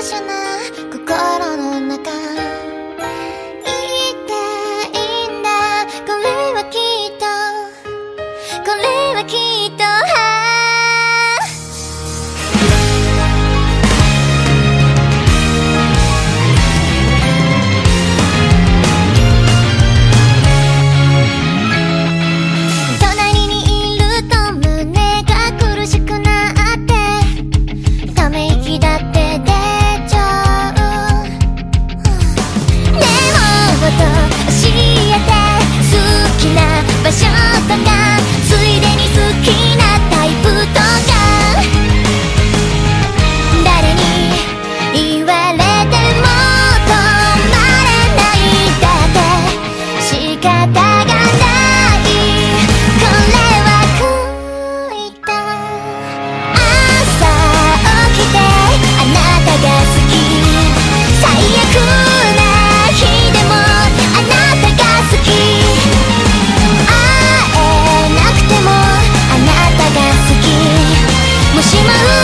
緒な心の中、言いたいんだ。これはきっと、これはきっと、隣にいると胸が苦しくなって、ため息だって出ちゃう。でも教えて、好きな場所とか、ついでに好きなタイプとか、誰に言われても止まれないだって仕方がない。これは恋だ。朝起きてあなたが好き、最悪な日でもあなたが好き、会えなくてもあなたが好き、もしも